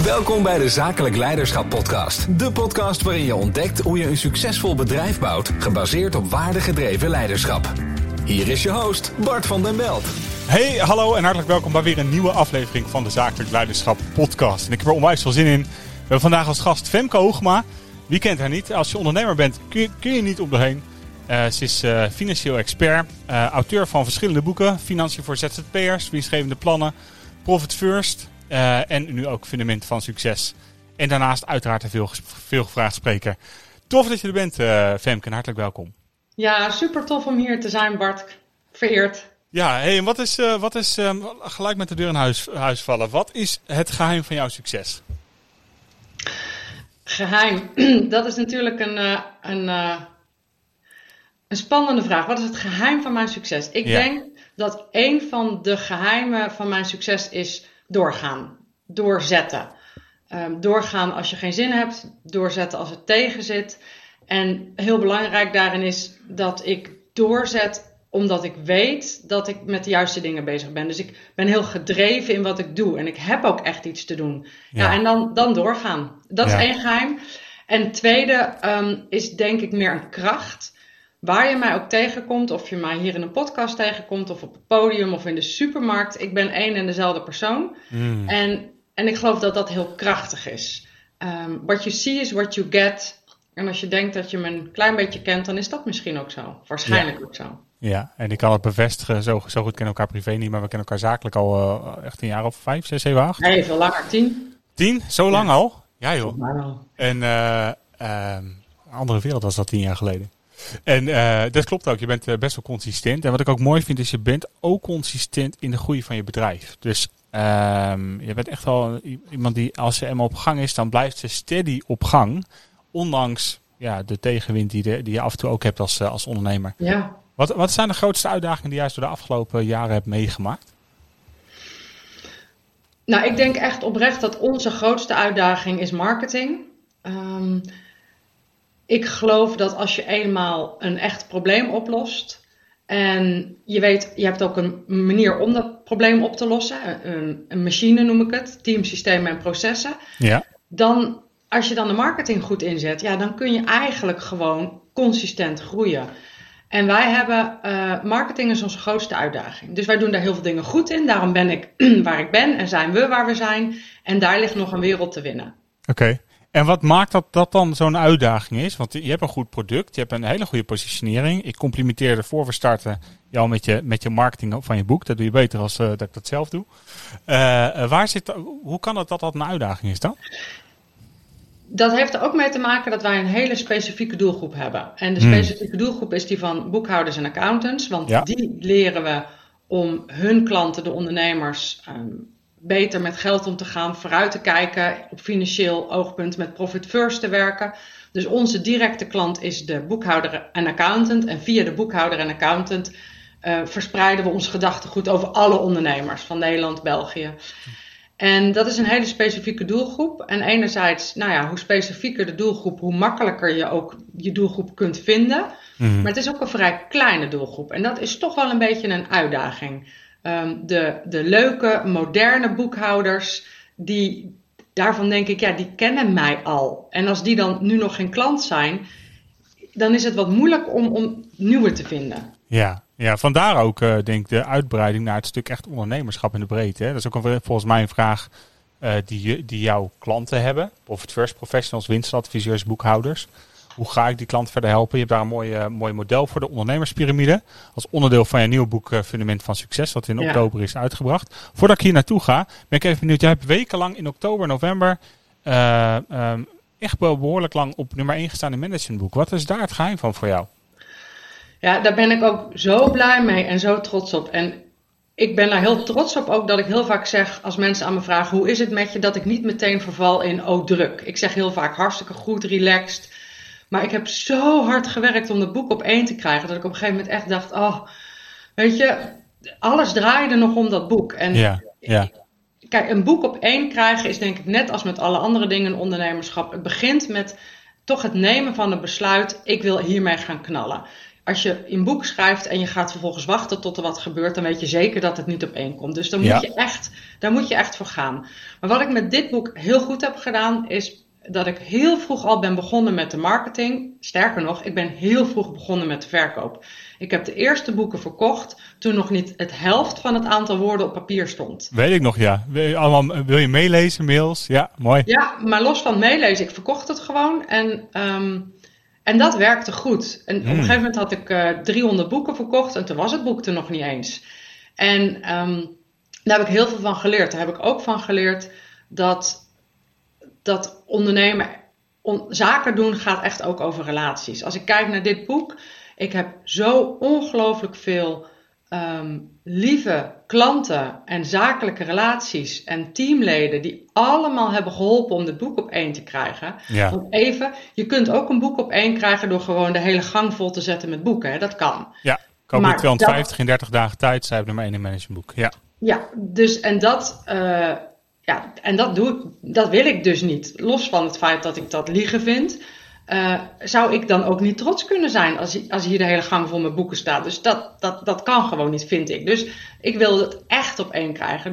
Welkom bij de Zakelijk Leiderschap Podcast. De podcast waarin je ontdekt hoe je een succesvol bedrijf bouwt, gebaseerd op waardegedreven leiderschap. Hier is je host, Bart van den Belt. Hey, hallo en hartelijk welkom bij weer een nieuwe aflevering van de Zakelijk Leiderschap Podcast. En ik heb er onwijs veel zin in. We hebben vandaag als gast Femke Hoogema. Wie kent haar niet? Als je ondernemer bent, kun je niet om doorheen. Ze is financieel expert, auteur van verschillende boeken. Financiën voor ZZP'ers, winstgevende plannen, Profit First en nu ook Fundament van Succes. En daarnaast uiteraard een veel gevraagd spreker. Tof dat je er bent, Femke, en hartelijk welkom. Ja, super tof om hier te zijn, Bart. Vereerd. Ja, hey, en wat is gelijk met de deur in huis vallen. Wat is het geheim van jouw succes? Geheim, dat is natuurlijk een spannende vraag. Wat is het geheim van mijn succes? Ik denk dat een van de geheimen van mijn succes is doorgaan. Doorzetten. Doorgaan als je geen zin hebt. Doorzetten als het tegen zit. En heel belangrijk daarin is dat ik doorzet omdat ik weet dat ik met de juiste dingen bezig ben. Dus ik ben heel gedreven in wat ik doe. En ik heb ook echt iets te doen. Ja, en dan doorgaan. Dat is één geheim. En het tweede is denk ik meer een kracht. Waar je mij ook tegenkomt. Of je mij hier in een podcast tegenkomt. Of op het podium. Of in de supermarkt. Ik ben één en dezelfde persoon. En ik geloof dat dat heel krachtig is. What you see is what you get. En als je denkt dat je me een klein beetje kent. Dan is dat misschien ook zo. Waarschijnlijk ook zo. Ja, en ik kan het bevestigen. Zo goed kennen elkaar privé niet, maar we kennen elkaar zakelijk al echt een jaar of 5, 6, 7, 8. Nee, veel langer, 10. 10? Zo lang al? Ja joh. Wow. En een andere wereld was dat 10 jaar geleden. En dat klopt ook, je bent best wel consistent. En wat ik ook mooi vind is, je bent ook consistent in de groei van je bedrijf. Dus je bent echt wel iemand die, als ze eenmaal op gang is, dan blijft ze steady op gang. Ondanks de tegenwind die je af en toe ook hebt als ondernemer. Ja. Wat zijn de grootste uitdagingen die je juist door de afgelopen jaren hebt meegemaakt? Nou, ik denk echt oprecht dat onze grootste uitdaging is marketing. Ik geloof dat als je eenmaal een echt probleem oplost en je weet, je hebt ook een manier om dat probleem op te lossen, een machine noem ik het, teamsystemen en processen, dan als je dan de marketing goed inzet, dan kun je eigenlijk gewoon consistent groeien. En wij hebben, marketing is onze grootste uitdaging. Dus wij doen daar heel veel dingen goed in. Daarom ben ik waar ik ben en zijn we waar we zijn. En daar ligt nog een wereld te winnen. Oké. En wat maakt dat dan zo'n uitdaging is? Want je hebt een goed product, je hebt een hele goede positionering. Ik complimenteerde voor we starten jou met je marketing van je boek. Dat doe je beter als dat ik dat zelf doe. Hoe kan het dat een uitdaging is dan? Dat heeft er ook mee te maken dat wij een hele specifieke doelgroep hebben. En de specifieke doelgroep is die van boekhouders en accountants. Want die leren we om hun klanten, de ondernemers, beter met geld om te gaan. Vooruit te kijken, op financieel oogpunt met Profit First te werken. Dus onze directe klant is de boekhouder en accountant. En via de boekhouder en accountant verspreiden we ons gedachtegoed over alle ondernemers van Nederland, België. En dat is een hele specifieke doelgroep. En enerzijds, hoe specifieker de doelgroep, hoe makkelijker je ook je doelgroep kunt vinden. Maar het is ook een vrij kleine doelgroep. En dat is toch wel een beetje een uitdaging. De leuke, moderne boekhouders, daarvan denk ik, die kennen mij al. En als die dan nu nog geen klant zijn, dan is het wat moeilijk om nieuwe te vinden. Ja, vandaar ook denk ik de uitbreiding naar het stuk echt ondernemerschap in de breedte. Hè? Dat is ook volgens mij een vraag die jouw klanten hebben. Profit First professionals, winstadviseurs, boekhouders. Hoe ga ik die klant verder helpen? Je hebt daar een mooi model voor, de ondernemerspyramide. Als onderdeel van je nieuwe boek Fundament van Succes, dat in oktober is uitgebracht. Voordat ik hier naartoe ga, ben ik even benieuwd. Jij hebt wekenlang in oktober, november echt behoorlijk lang op nummer 1 gestaan in managementboek. Wat is daar het geheim van voor jou? Ja, daar ben ik ook zo blij mee en zo trots op. En ik ben daar heel trots op ook dat ik heel vaak zeg, als mensen aan me vragen, hoe is het met je, dat ik niet meteen verval in, druk. Ik zeg heel vaak hartstikke goed, relaxed. Maar ik heb zo hard gewerkt om dat boek op 1 te krijgen, dat ik op een gegeven moment echt dacht, weet je, alles draaide nog om dat boek. En kijk, een boek op 1 krijgen is denk ik net als met alle andere dingen in ondernemerschap. Het begint met toch het nemen van een besluit, ik wil hiermee gaan knallen. als je een boek schrijft en je gaat vervolgens wachten tot er wat gebeurt, dan weet je zeker dat het niet op één komt. Dus daar moet je echt voor gaan. Maar wat ik met dit boek heel goed heb gedaan, is dat ik heel vroeg al ben begonnen met de marketing. Sterker nog, ik ben heel vroeg begonnen met de verkoop. Ik heb de eerste boeken verkocht toen nog niet het helft van het aantal woorden op papier stond. Weet ik nog, ja. Wil je meelezen, mails? Ja, mooi. Ja, maar los van meelezen, ik verkocht het gewoon en dat werkte goed. En op een gegeven moment had ik 300 boeken verkocht en toen was het boek er nog niet eens. En daar heb ik heel veel van geleerd. Daar heb ik ook van geleerd dat ondernemen, zaken doen gaat echt ook over relaties. Als ik kijk naar dit boek, ik heb zo ongelooflijk veel lieve klanten en zakelijke relaties en teamleden die allemaal hebben geholpen om dit boek op 1 te krijgen. Ja. Want je kunt ook een boek op 1 krijgen door gewoon de hele gang vol te zetten met boeken. Hè? Dat kan. Ja, koop je 250 in 30 dagen tijd, zei nummer 1 in managementboek. Ja. Ja, dus dat wil ik dus niet. Los van het feit dat ik dat liegen vind, zou ik dan ook niet trots kunnen zijn als hier de hele gang vol met boeken staat. Dus dat kan gewoon niet, vind ik. Dus ik wil het echt op 1 krijgen.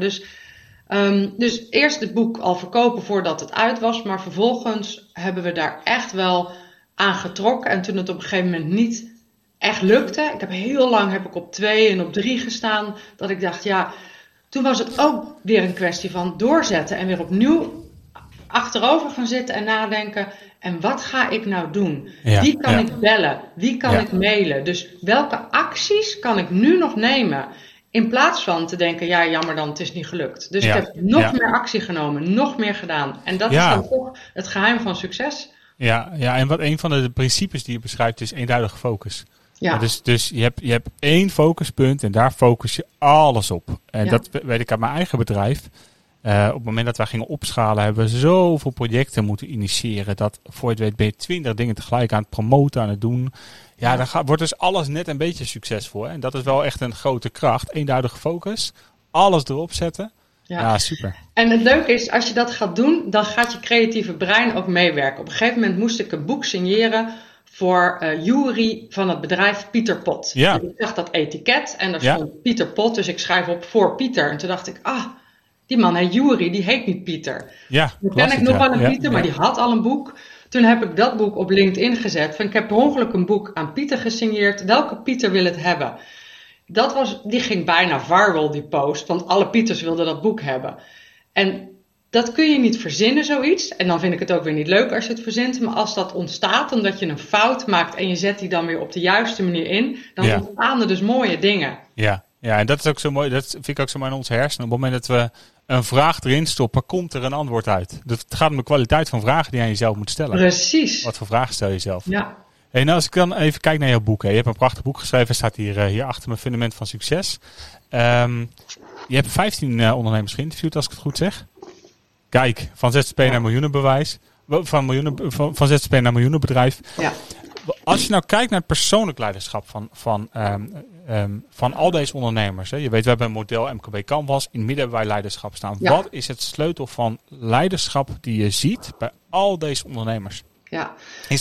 Dus eerst het boek al verkopen voordat het uit was, maar vervolgens hebben we daar echt wel aan getrokken. En toen het op een gegeven moment niet echt lukte, ik heb heel lang op 2 en op 3 gestaan, dat ik dacht, toen was het ook weer een kwestie van doorzetten en weer opnieuw achterover gaan zitten en nadenken. En wat ga ik nou doen? Ja, wie kan ik bellen? Wie kan ik mailen? Dus welke acties kan ik nu nog nemen? In plaats van te denken, jammer dan, het is niet gelukt. Dus ik heb nog meer actie genomen, nog meer gedaan. En dat is dan toch het geheim van succes. Ja, en wat een van de principes die je beschrijft is eenduidige focus. Ja. Dus je hebt 1 focuspunt en daar focus je alles op. En dat weet ik uit mijn eigen bedrijf. Op het moment dat wij gingen opschalen, hebben we zoveel projecten moeten initiëren. Dat voor je het weet ben je 20 dingen tegelijk aan het promoten, aan het doen. Ja, dan wordt dus alles net een beetje succesvol. Hè? En dat is wel echt een grote kracht. Eenduidige focus. Alles erop zetten. Ja, super. En het leuke is, als je dat gaat doen, dan gaat je creatieve brein ook meewerken. Op een gegeven moment moest ik een boek signeren voor jury van het bedrijf Pieter Pot. Ja. Ik zag dat etiket en daar stond Pieter Pot. Dus ik schrijf op voor Pieter. En toen dacht ik, die man heet Jury, die heet niet Pieter. Ja, dan ken ik nog wel een Pieter, maar die had al een boek. Toen heb ik dat boek op LinkedIn gezet. Ik heb per ongeluk een boek aan Pieter gesigneerd. Welke Pieter wil het hebben? Die ging bijna viral, die post. Want alle Pieters wilden dat boek hebben. En dat kun je niet verzinnen, zoiets. En dan vind ik het ook weer niet leuk als je het verzint. Maar als dat ontstaat omdat je een fout maakt en je zet die dan weer op de juiste manier in, dan ontstaan er dus mooie dingen. Ja, en dat is ook zo mooi. Dat vind ik ook zo mooi in onze hersenen. Op het moment dat we een vraag erin stoppen, komt er een antwoord uit. Het gaat om de kwaliteit van vragen die je aan jezelf moet stellen. Precies. Wat voor vragen stel je zelf? Ja. Hey, nou, als ik dan even kijk naar jouw boek. Hè. Je hebt een prachtig boek geschreven. Staat hier achter mijn fundament van succes. Je hebt 15 ondernemers geïnterviewd, als ik het goed zeg. Kijk, van ZZP naar miljoenenbewijs. Van ZZP naar miljoenenbedrijf. Ja. Als je nou kijkt naar het persoonlijk leiderschap van al deze ondernemers. Hè. Je weet, we hebben een model MKB Canvas. In het midden hebben wij leiderschap staan. Ja. Wat is het sleutel van leiderschap die je ziet bij al deze ondernemers? Ja,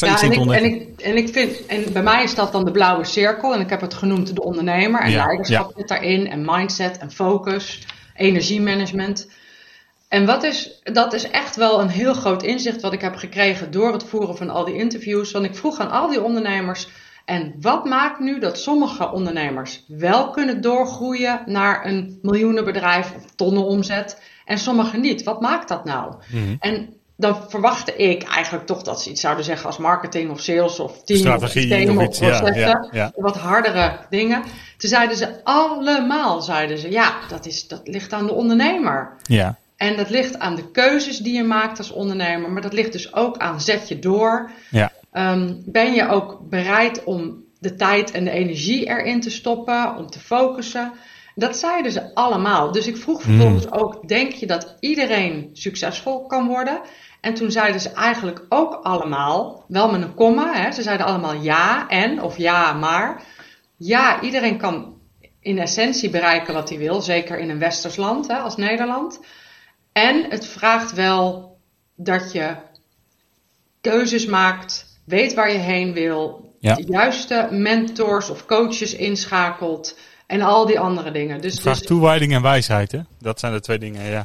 en bij mij is dat dan de blauwe cirkel. En ik heb het genoemd de ondernemer. En leiderschap zit daarin. En mindset en focus. Energiemanagement. En dat is echt wel een heel groot inzicht wat ik heb gekregen door het voeren van al die interviews. Want ik vroeg aan al die ondernemers, en wat maakt nu dat sommige ondernemers wel kunnen doorgroeien naar een miljoenenbedrijf of tonnen omzet en sommige niet? Wat maakt dat nou? Mm-hmm. En dan verwachtte ik eigenlijk toch dat ze iets zouden zeggen als marketing of sales of team strategie, of systeem of processen. Wat hardere dingen. Toen zeiden ze allemaal, dat ligt aan de ondernemer. Ja. En dat ligt aan de keuzes die je maakt als ondernemer. Maar dat ligt dus ook aan, zet je door. Ja. Ben je ook bereid om de tijd en de energie erin te stoppen, om te focussen? Dat zeiden ze allemaal. Dus ik vroeg vervolgens ook, denk je dat iedereen succesvol kan worden? En toen zeiden ze eigenlijk ook allemaal, wel met een komma. Hè? Ze zeiden allemaal ja en of ja maar. Ja, iedereen kan in essentie bereiken wat hij wil. Zeker in een westers land als Nederland. En het vraagt wel dat je keuzes maakt, weet waar je heen wil, de juiste mentors of coaches inschakelt en al die andere dingen. Dus toewijding en wijsheid, hè? Dat zijn de 2 dingen,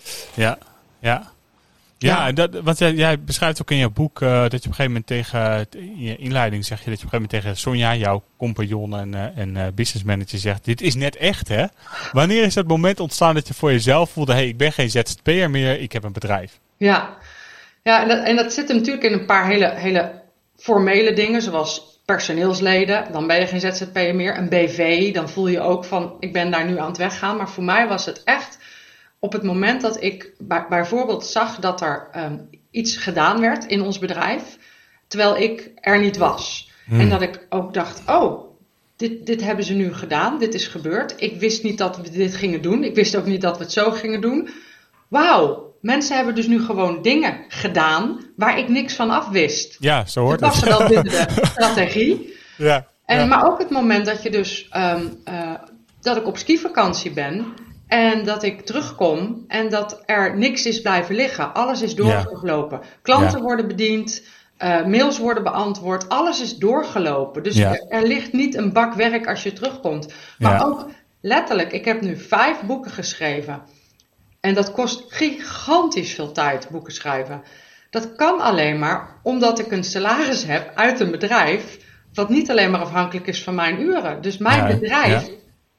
Ja, want jij beschrijft ook in je boek dat je op een gegeven moment in je inleiding zeg je dat je op een gegeven moment tegen Sonja, jouw compagnon en business manager zegt, dit is net echt, hè? Wanneer is dat moment ontstaan dat je voor jezelf voelde, hey, ik ben geen ZZP'er meer, ik heb een bedrijf? Ja, en dat zit natuurlijk in een paar hele formele dingen, zoals personeelsleden, dan ben je geen ZZP'er meer. Een BV, dan voel je ook van, ik ben daar nu aan het weggaan. Maar voor mij was het echt op het moment dat ik bijvoorbeeld zag dat er iets gedaan werd in ons bedrijf, terwijl ik er niet was. En dat ik ook dacht, dit hebben ze nu gedaan, dit is gebeurd. Ik wist niet dat we dit gingen doen. Ik wist ook niet dat we het zo gingen doen. Wauw, mensen hebben dus nu gewoon dingen gedaan waar ik niks van af wist. Ja, zo hoort het. Dat was dan binnen de strategie. Maar ook het moment dat je dus dat ik op skivakantie ben en dat ik terugkom en dat er niks is blijven liggen. Alles is doorgelopen. Klanten worden bediend, mails worden beantwoord. Alles is doorgelopen. Dus er ligt niet een bak werk als je terugkomt. Maar ook letterlijk, ik heb nu 5 boeken geschreven. En dat kost gigantisch veel tijd, boeken schrijven. Dat kan alleen maar omdat ik een salaris heb uit een bedrijf, wat niet alleen maar afhankelijk is van mijn uren. Dus mijn bedrijf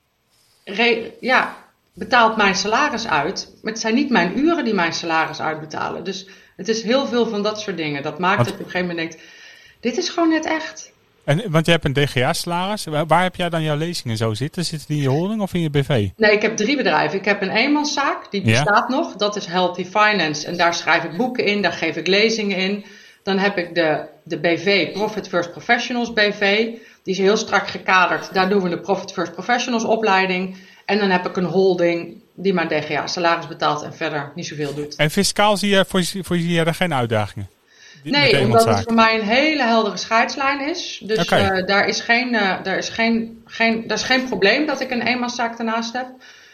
betaalt mijn salaris uit, maar het zijn niet mijn uren die mijn salaris uitbetalen. Dus het is heel veel van dat soort dingen. Dat maakt dat je op een gegeven moment denkt, dit is gewoon net echt. Want je hebt een DGA-salaris. Waar heb jij dan jouw lezingen zo zitten? Zitten die in je holding of in je BV? Nee, ik heb 3 bedrijven. Ik heb een eenmanszaak, die bestaat nog. Dat is Healthy Finance. En daar schrijf ik boeken in, daar geef ik lezingen in. Dan heb ik de BV, Profit First Professionals BV. Die is heel strak gekaderd. Daar doen we de Profit First Professionals opleiding. En dan heb ik een holding die mijn DGA-salaris betaalt en verder niet zoveel doet. En fiscaal zie je daar geen uitdagingen? Nee, omdat het voor mij een hele heldere scheidslijn is. Dus daar is geen probleem dat ik een eenmanszaak ernaast heb.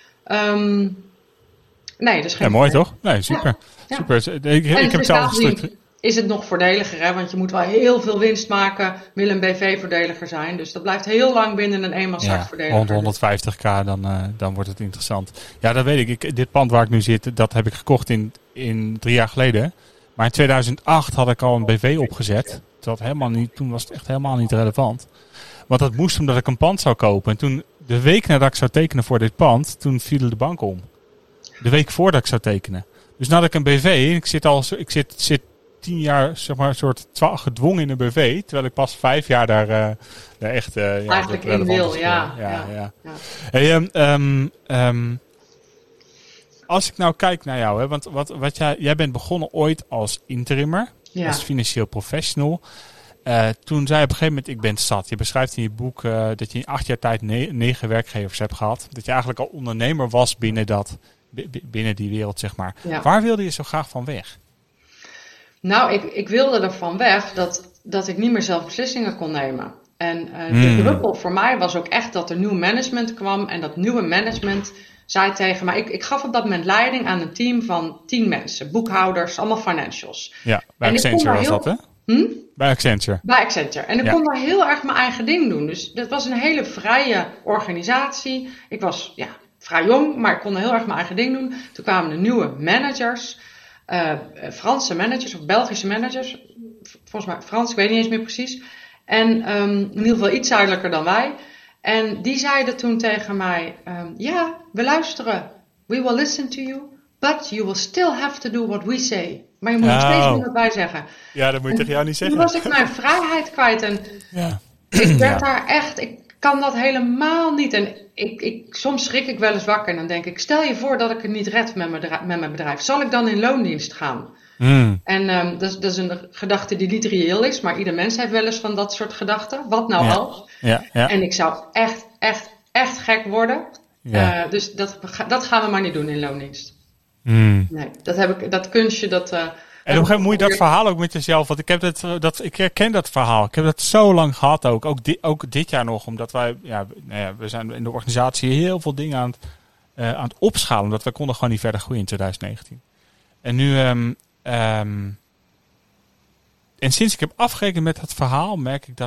Nee, dat is geen mooi probleem. Toch? Nee, super. Ja. Super. Ik heb het zelf gestuk. Is het nog voordeliger, hè? Want je moet wel heel veel winst maken, wil een BV voordeliger zijn. Dus dat blijft heel lang binnen een eenmanszaak voordeliger. Rond 150.000, dan wordt het interessant. Ja, dat weet ik. Dit pand waar ik nu zit, dat heb ik gekocht in 3 jaar geleden. Maar in 2008 had ik al een BV opgezet. Toen was het echt helemaal niet relevant. Want dat moest omdat ik een pand zou kopen. En toen, de week nadat ik zou tekenen voor dit pand, toen viel de bank om. De week voordat ik zou tekenen. Dus nadat ik een BV, ik zit 10 jaar, zeg maar, een soort gedwongen in een BV. Terwijl ik pas 5 jaar daar echt eigenlijk in wil, ja. Hey, als ik nou kijk naar jou, hè, want jij bent begonnen ooit als interimmer, als financieel professional. Toen zei je op een gegeven moment, ik ben zat. Je beschrijft in je boek dat je in 8 jaar tijd 9 werkgevers hebt gehad. Dat je eigenlijk al ondernemer was binnen die wereld, zeg maar. Ja. Waar wilde je zo graag van weg? Nou, ik wilde ervan weg dat ik niet meer zelf beslissingen kon nemen. En de druppel voor mij was ook echt dat er nieuw management kwam. En dat nieuwe management zei tegen mij, ik gaf op dat moment leiding aan een team van 10 mensen. Boekhouders, allemaal financials. Ja, bij Accenture was dat, hè? Bij Accenture. Bij Accenture. En ik kon daar heel erg mijn eigen ding doen. Dus dat was een hele vrije organisatie. Ik was vrij jong, maar ik kon heel erg mijn eigen ding doen. Toen kwamen de nieuwe managers. Franse managers of Belgische managers. Volgens mij Frans, ik weet niet eens meer precies. En in ieder geval iets zuidelijker dan wij. En die zeiden toen tegen mij, we luisteren. We will listen to you, but you will still have to do what we say. Maar je moet nog steeds doen wat wij zeggen. Ja, dat moet je tegen jou niet zeggen. Toen was ik mijn vrijheid kwijt en ik werd daar echt, ik kan dat helemaal niet. En soms schrik ik wel eens wakker en dan denk ik, stel je voor dat ik het niet red met mijn bedrijf. Zal ik dan in loondienst gaan? En dat is een gedachte die niet reëel is, maar ieder mens heeft wel eens van dat soort gedachten. Wat nou als? Ja. En ik zou echt gek worden. Ja. Dus dat gaan we maar niet doen in loondienst. Nee, dat kunstje, dat... En op een gegeven moment moet je dat verhaal ook met jezelf, want ik herken dat verhaal. Ik heb dat zo lang gehad ook dit jaar nog, omdat wij, we zijn in de organisatie heel veel dingen aan het opschalen, omdat we konden gewoon niet verder groeien in 2019. En nu, en sinds ik heb afgerekend met dat verhaal, merk ik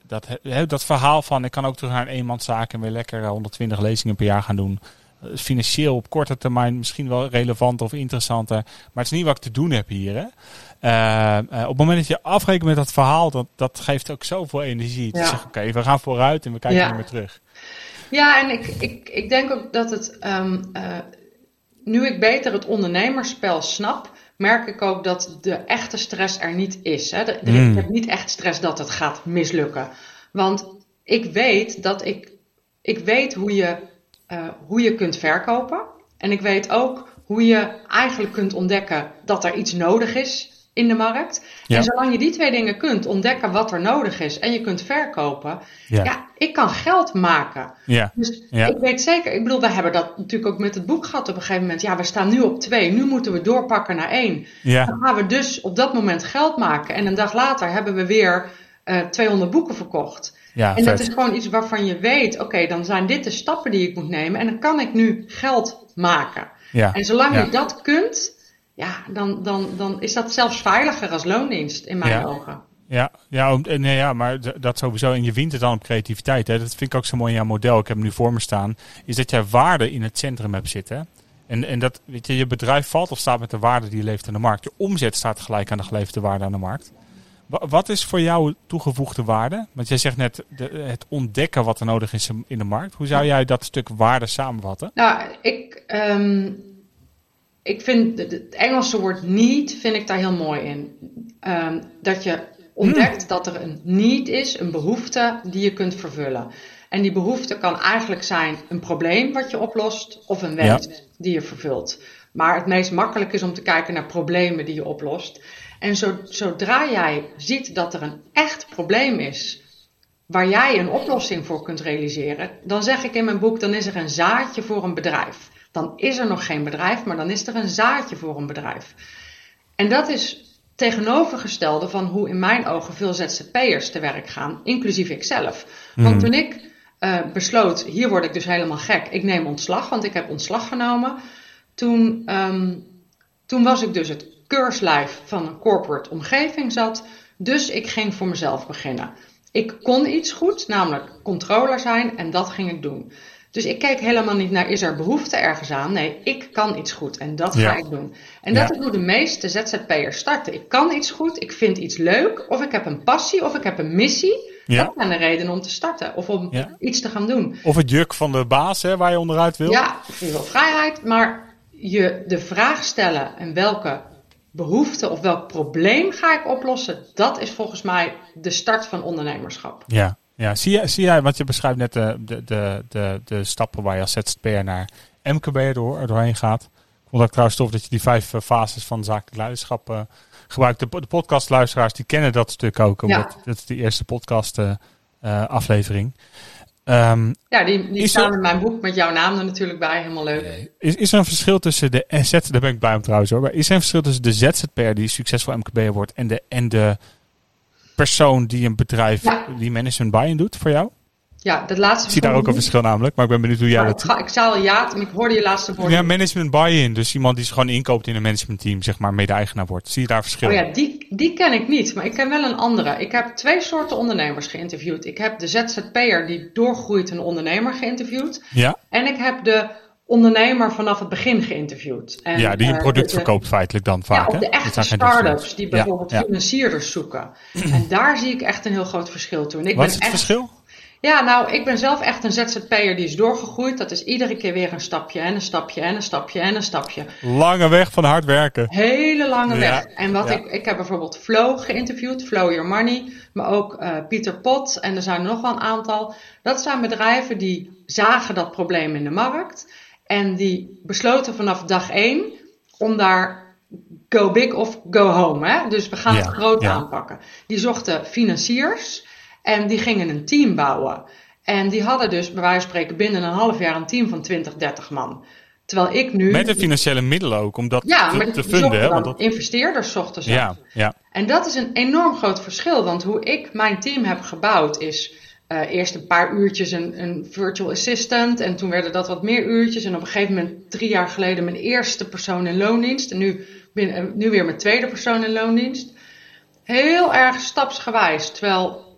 dat verhaal van ik kan ook terug naar een eenmanszaak en weer lekker 120 lezingen per jaar gaan doen. Financieel op korte termijn misschien wel relevanter of interessanter. Maar het is niet wat ik te doen heb hier. Hè? Op het moment dat je afrekent met dat verhaal, dat geeft ook zoveel energie. Ja. Te zeggen, oké, we gaan vooruit en we kijken niet meer terug. Ja, en ik denk ook dat het, nu ik beter het ondernemerspel snap, merk ik ook dat de echte stress er niet is. Hè? Ik heb niet echt stress dat het gaat mislukken. Want ik weet dat ik weet hoe je kunt verkopen. En ik weet ook hoe je eigenlijk kunt ontdekken dat er iets nodig is in de markt. Ja. En zolang je die twee dingen kunt, ontdekken wat er nodig is en je kunt verkopen. Ja, ik kan geld maken. Ja. Dus ik weet zeker, ik bedoel, we hebben dat natuurlijk ook met het boek gehad op een gegeven moment. Ja, we staan nu op 2, nu moeten we doorpakken naar 1. Ja. Dan gaan we dus op dat moment geld maken. En een dag later hebben we weer 200 boeken verkocht. Ja, en dat is gewoon iets waarvan je weet, oké, dan zijn dit de stappen die ik moet nemen. En dan kan ik nu geld maken. Ja. En zolang je dat kunt, dan is dat zelfs veiliger als loondienst in mijn ogen. Ja, maar dat sowieso. En je wint het dan op creativiteit. Hè? Dat vind ik ook zo mooi in jouw model. Ik heb hem nu voor me staan. Is dat jij waarde in het centrum hebt zitten. En dat, weet je bedrijf valt of staat met de waarde die je levert aan de markt. Je omzet staat gelijk aan de geleverde waarde aan de markt. Wat is voor jou toegevoegde waarde? Want jij zegt net het ontdekken wat er nodig is in de markt. Hoe zou jij dat stuk waarde samenvatten? Nou, ik vind het Engelse woord need vind ik daar heel mooi in. Dat je ontdekt dat er een need is, een behoefte die je kunt vervullen. En die behoefte kan eigenlijk zijn een probleem wat je oplost of een wens die je vervult. Maar het meest makkelijk is om te kijken naar problemen die je oplost. En zodra jij ziet dat er een echt probleem is waar jij een oplossing voor kunt realiseren, dan zeg ik in mijn boek, dan is er een zaadje voor een bedrijf. Dan is er nog geen bedrijf, maar dan is er een zaadje voor een bedrijf. En dat is tegenovergestelde van hoe in mijn ogen veel ZZP'ers te werk gaan, inclusief ikzelf. Want toen ik besloot, hier word ik dus helemaal gek, ik neem ontslag, want ik heb ontslag genomen. Toen was ik dus het keurslijf van een corporate omgeving zat, dus ik ging voor mezelf beginnen. Ik kon iets goed, namelijk controller zijn en dat ging ik doen. Dus ik keek helemaal niet naar, is er behoefte ergens aan? Nee, ik kan iets goed en dat ga ik doen. En dat is hoe de meeste ZZP'ers starten. Ik kan iets goed, ik vind iets leuk, of ik heb een passie, of ik heb een missie. Ja. Dat zijn de redenen om te starten of om iets te gaan doen. Of het juk van de baas waar je onderuit wil. Ja, je wil vrijheid, maar je de vraag stellen en welke behoefte of welk probleem ga ik oplossen, dat is volgens mij de start van ondernemerschap. Ja, zie jij, want je beschrijft net de stappen waar je als ZZP'er naar MKB doorheen gaat. Ik vond het trouwens tof dat je die 5 fases van zakelijk leiderschap gebruikt. De podcastluisteraars die kennen dat stuk ook, omdat dat is de eerste podcast aflevering. Die staan in mijn boek met jouw naam er natuurlijk bij, helemaal leuk. Is er een verschil tussen daar ben ik blij om trouwens hoor, maar is er een verschil tussen de ZZP'er die succesvol MKB'er wordt en de persoon die een bedrijf, die management buy-in doet voor jou? Ja, dat laatste. Ik zie daar ook een verschil namelijk, maar ik ben benieuwd hoe jij dat... Ik zei al ik hoorde je laatste woord. Ja, management buy-in, dus iemand die gewoon inkoopt in een managementteam, zeg maar mede-eigenaar wordt. Zie je daar verschil? Oh ja, die ken ik niet, maar ik ken wel een andere. Ik heb 2 soorten ondernemers geïnterviewd. Ik heb de ZZP'er die doorgroeit een ondernemer geïnterviewd. Ja. En ik heb de ondernemer vanaf het begin geïnterviewd. En, die een product verkoopt feitelijk dan vaak. Ja, of de echte start-ups die bijvoorbeeld financierders zoeken. En daar zie ik echt een heel groot verschil toe. Wat is het verschil? Ja, nou, ik ben zelf echt een ZZP'er die is doorgegroeid. Dat is iedere keer weer een stapje en een stapje en een stapje en een stapje. Lange weg van hard werken. Hele lange weg. En ik heb bijvoorbeeld Flow geïnterviewd, Flow Your Money. Maar ook Pieter Pot en er zijn nog wel een aantal. Dat zijn bedrijven die zagen dat probleem in de markt. En die besloten vanaf dag 1 om daar go big of go home. Hè? Dus we gaan het groot aanpakken. Die zochten financiers. En die gingen een team bouwen. En die hadden dus bij wijze van spreken binnen een half jaar een team van 20, 30 man. Terwijl ik nu... Met de financiële middelen ook, om dat te funden. Want dat... investeerders zochten ze. Ja. En dat is een enorm groot verschil. Want hoe ik mijn team heb gebouwd is... eerst een paar uurtjes een virtual assistant. En toen werden dat wat meer uurtjes. En op een gegeven moment 3 jaar geleden mijn eerste persoon in loondienst. En nu weer mijn tweede persoon in loondienst. Heel erg stapsgewijs. Terwijl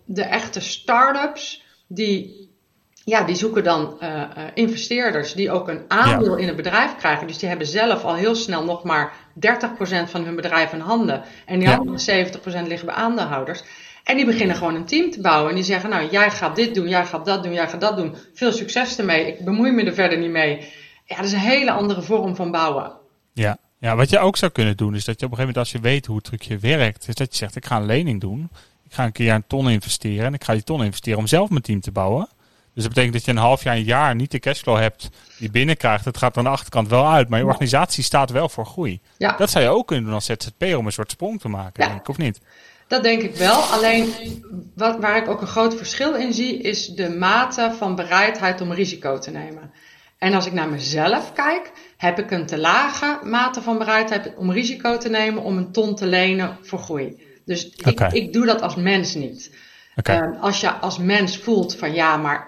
de echte start-ups, die zoeken dan investeerders die ook een aandeel in het bedrijf krijgen. Dus die hebben zelf al heel snel nog maar 30% van hun bedrijf in handen. En die andere 70% liggen bij aandeelhouders. En die beginnen gewoon een team te bouwen. En die zeggen, nou, jij gaat dit doen, jij gaat dat doen, jij gaat dat doen. Veel succes ermee. Ik bemoei me er verder niet mee. Ja, dat is een hele andere vorm van bouwen. Ja, wat je ook zou kunnen doen, is dat je op een gegeven moment, als je weet hoe het trucje werkt, is dat je zegt, ik ga een lening doen. Ik ga een keer een ton investeren. En ik ga die ton investeren om zelf mijn team te bouwen. Dus dat betekent dat je een half jaar, een jaar niet de cashflow hebt die binnenkrijgt. Het gaat aan de achterkant wel uit, maar je organisatie staat wel voor groei. Ja. Dat zou je ook kunnen doen als ZZP'er om een soort sprong te maken, denk ik, of niet? Dat denk ik wel. Alleen waar ik ook een groot verschil in zie, is de mate van bereidheid om risico te nemen. En als ik naar mezelf kijk, heb ik een te lage mate van bereidheid om risico te nemen om een ton te lenen voor groei. Dus ik doe dat als mens niet. Als je als mens voelt van maar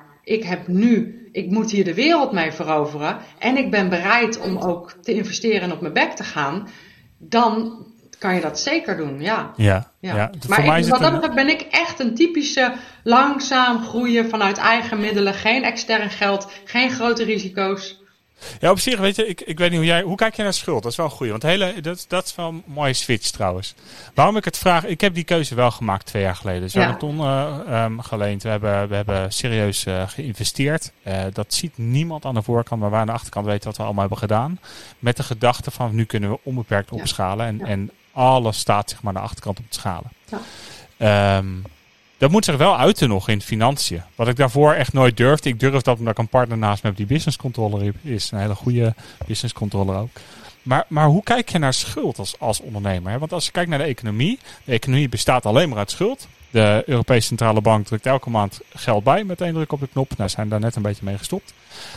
ik moet hier de wereld mee veroveren en ik ben bereid om ook te investeren en op mijn bek te gaan, dan kan je dat zeker doen, ja. Maar wat dat betreft ben ik echt een typische langzaam groeien vanuit eigen middelen, geen extern geld, geen grote risico's. Ja, op zich, weet je, ik weet niet hoe kijk je naar schuld? Dat is wel een goeie, want dat is wel een mooie switch trouwens. Waarom ik het vraag, ik heb die keuze wel gemaakt 2 jaar geleden. Dus we hebben een ton geleend, we hebben serieus geïnvesteerd. Dat ziet niemand aan de voorkant, maar we aan de achterkant weten wat we allemaal hebben gedaan. Met de gedachte van, nu kunnen we onbeperkt opschalen en alles staat zeg maar aan de achterkant op te schalen. Ja. Dat moet zich wel uiten nog in financiën. Wat ik daarvoor echt nooit durfde. Ik durf dat omdat ik een partner naast me heb die business controller is. Een hele goede business controller ook. Maar hoe kijk je naar schuld als ondernemer? Hè? Want als je kijkt naar de economie bestaat alleen maar uit schuld. De Europese Centrale Bank drukt elke maand geld bij met 1 druk op de knop. Nou, zijn daar net een beetje mee gestopt.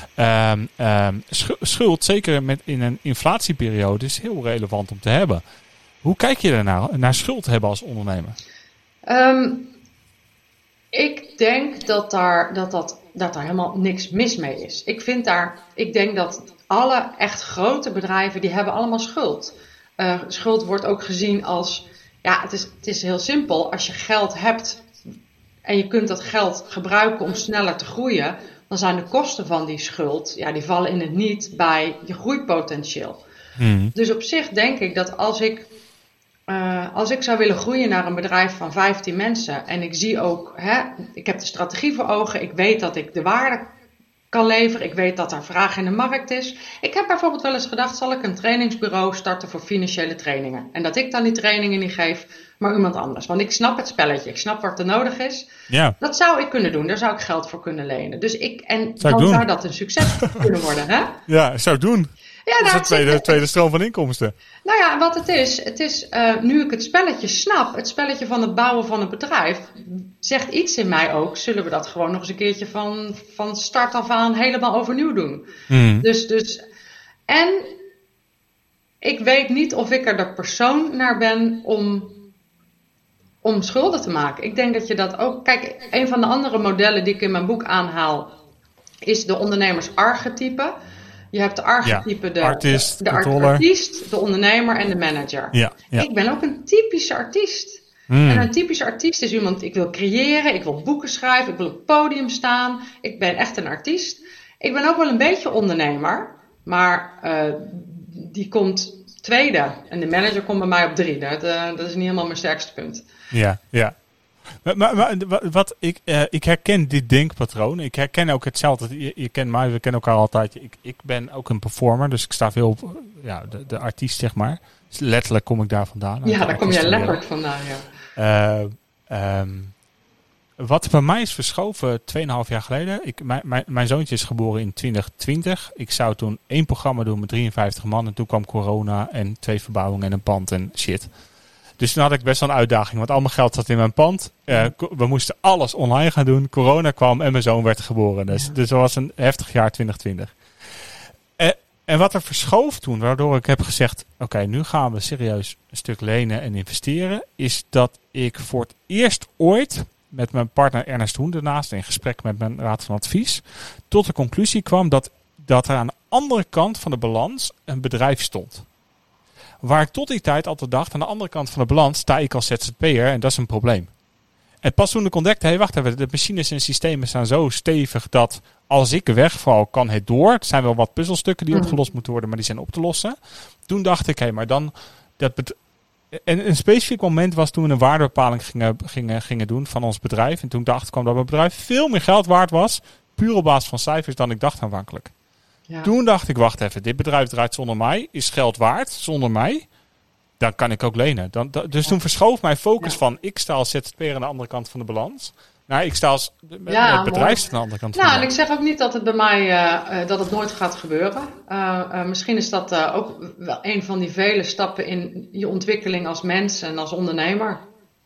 Schuld, zeker in een inflatieperiode, is heel relevant om te hebben. Hoe kijk je daarnaar, naar schuld hebben als ondernemer? Ik denk dat daar helemaal niks mis mee is. Ik denk dat alle echt grote bedrijven, die hebben allemaal schuld. Schuld wordt ook gezien als, het is heel simpel. Als je geld hebt en je kunt dat geld gebruiken om sneller te groeien, dan zijn de kosten van die schuld, die vallen in het niet bij je groeipotentieel. Dus op zich denk ik dat als ik zou willen groeien naar een bedrijf van 15 mensen en ik zie ook, ik heb de strategie voor ogen, ik weet dat ik de waarde kan leveren, ik weet dat er vraag in de markt is. Ik heb bijvoorbeeld wel eens gedacht, zal ik een trainingsbureau starten voor financiële trainingen? En dat ik dan die trainingen niet geef, maar iemand anders. Want ik snap het spelletje, ik snap wat er nodig is. Ja. Dat zou ik kunnen doen, daar zou ik geld voor kunnen lenen. Dus zou dat een succes kunnen worden, hè? Ja, zou ik doen. Ja, dat is de tweede stroom van inkomsten. Nou ja, wat het is nu ik het spelletje snap, het spelletje van het bouwen van een bedrijf, zegt iets in mij ook, zullen we dat gewoon nog eens een keertje van start af aan helemaal overnieuw doen. Dus, en ik weet niet of ik er de persoon naar ben om schulden te maken. Ik denk dat je dat ook, kijk, een van de andere modellen die ik in mijn boek aanhaal, is de ondernemersarchetype. Je hebt de archetype, de artiest, de ondernemer en de manager. Ja. Ik ben ook een typische artiest. En een typische artiest is iemand, ik wil creëren, ik wil boeken schrijven, ik wil op het podium staan. Ik ben echt een artiest. Ik ben ook wel een beetje ondernemer, maar die komt tweede. En de manager komt bij mij op 3. Dat is niet helemaal mijn sterkste punt. Ja. Maar wat ik herken dit denkpatroon. Ik herken ook hetzelfde. Je kent mij, we kennen elkaar altijd. Ik ben ook een performer, dus ik sta veel op de artiest, zeg maar. Dus letterlijk kom ik daar vandaan. Ja, daar kom jij letterlijk vandaan, ja. Wat bij mij is verschoven 2,5 jaar geleden. Mijn zoontje is geboren in 2020. Ik zou toen 1 programma doen met 53 man. En toen kwam corona en 2 verbouwingen en een pand en shit. Dus toen had ik best wel een uitdaging, want al mijn geld zat in mijn pand. We moesten alles online gaan doen. Corona kwam en mijn zoon werd geboren. Dus dat was een heftig jaar 2020. En wat er verschoof toen, waardoor ik heb gezegd, oké, nu gaan we serieus een stuk lenen en investeren, is dat ik voor het eerst ooit met mijn partner Ernest Hoen daarnaast in gesprek met mijn raad van advies tot de conclusie kwam dat er aan de andere kant van de balans een bedrijf stond. Waar ik tot die tijd altijd dacht, aan de andere kant van de balans sta ik als ZZP'er en dat is een probleem. En pas toen ik ontdekte, wacht even, de machines en systemen staan zo stevig dat als ik wegval, kan het door. Er zijn wel wat puzzelstukken die opgelost moeten worden, maar die zijn op te lossen. Toen dacht ik, maar dan... En een specifiek moment was toen we een waardebepaling gingen doen van ons bedrijf. En toen kwam dat mijn bedrijf veel meer geld waard was, puur op basis van cijfers, dan ik dacht aanvankelijk. Ja. Toen dacht ik, wacht even, dit bedrijf draait zonder mij, is geld waard zonder mij. Dan kan ik ook lenen. Dus toen verschoof mijn focus van ik sta als ZZP'er aan de andere kant van de balans. Nou, ik sta als het bedrijf aan de andere kant van de balans. En ik zeg ook niet dat het bij mij dat het nooit gaat gebeuren. Misschien is dat ook wel een van die vele stappen in je ontwikkeling als mens en als ondernemer.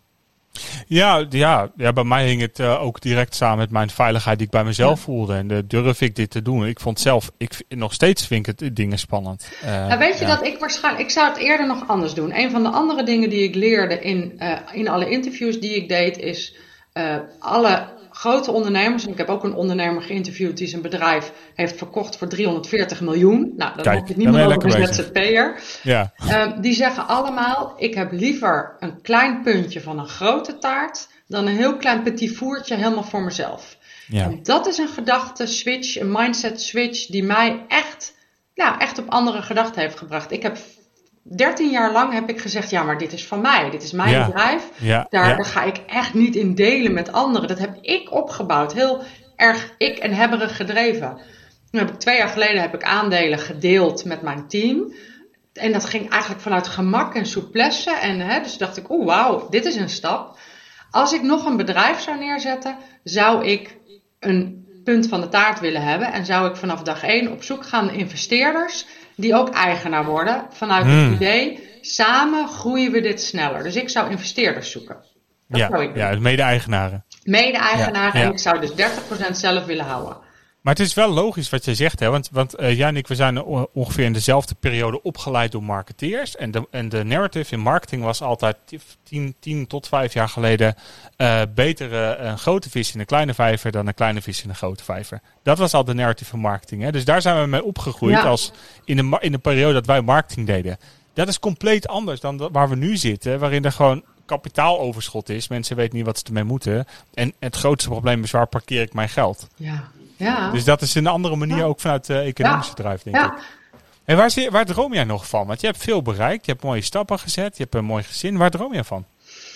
Ja, bij mij hing het ook direct samen met mijn veiligheid die ik bij mezelf voelde. En durf ik dit te doen? Ik vond zelf, nog steeds vind ik het dingen spannend. Weet je dat ik zou het eerder nog anders doen. Een van de andere dingen die ik leerde in alle interviews die ik deed is alle grote ondernemers. En ik heb ook een ondernemer geïnterviewd die zijn bedrijf heeft verkocht voor 340 miljoen. Nou, dat heb je niet meer over een ZZP'er. Ja. Die zeggen allemaal, ik heb liever een klein puntje van een grote taart dan een heel klein petit voertje helemaal voor mezelf. Ja. En dat is een gedachte-switch, een mindset-switch die mij echt op andere gedachten heeft gebracht. Ik heb 13 jaar lang heb ik gezegd, ja, maar dit is van mij. Dit is mijn bedrijf. Daar ga ik echt niet in delen met anderen. Dat heb ik opgebouwd. Heel erg ik en hebberig gedreven. Nu 2 jaar geleden heb ik aandelen gedeeld met mijn team. En dat ging eigenlijk vanuit gemak en souplesse. En dus dacht ik, wauw, dit is een stap. Als ik nog een bedrijf zou neerzetten, zou ik een punt van de taart willen hebben. En zou ik vanaf dag 1 op zoek gaan naar investeerders die ook eigenaar worden vanuit het idee, samen groeien we dit sneller. Dus ik zou investeerders zoeken. Dat zou ik doen. Mede-eigenaren. Mede-eigenaren en ik zou dus 30% zelf willen houden. Maar het is wel logisch wat je zegt, hè? Want jij en ik, we zijn ongeveer in dezelfde periode opgeleid door marketeers. En de narrative in marketing was altijd 10 tot 5 jaar geleden beter een grote vis in een kleine vijver dan een kleine vis in een grote vijver. Dat was al de narrative van marketing. Hè? Dus daar zijn we mee opgegroeid als in de periode dat wij marketing deden. Dat is compleet anders dan waar we nu zitten, waarin er gewoon kapitaaloverschot is. Mensen weten niet wat ze ermee moeten. En het grootste probleem is, waar parkeer ik mijn geld? Ja. Dus dat is een andere manier ook vanuit de economische drive, denk ik. En waar droom jij nog van? Want je hebt veel bereikt, je hebt mooie stappen gezet, je hebt een mooi gezin. Waar droom jij van?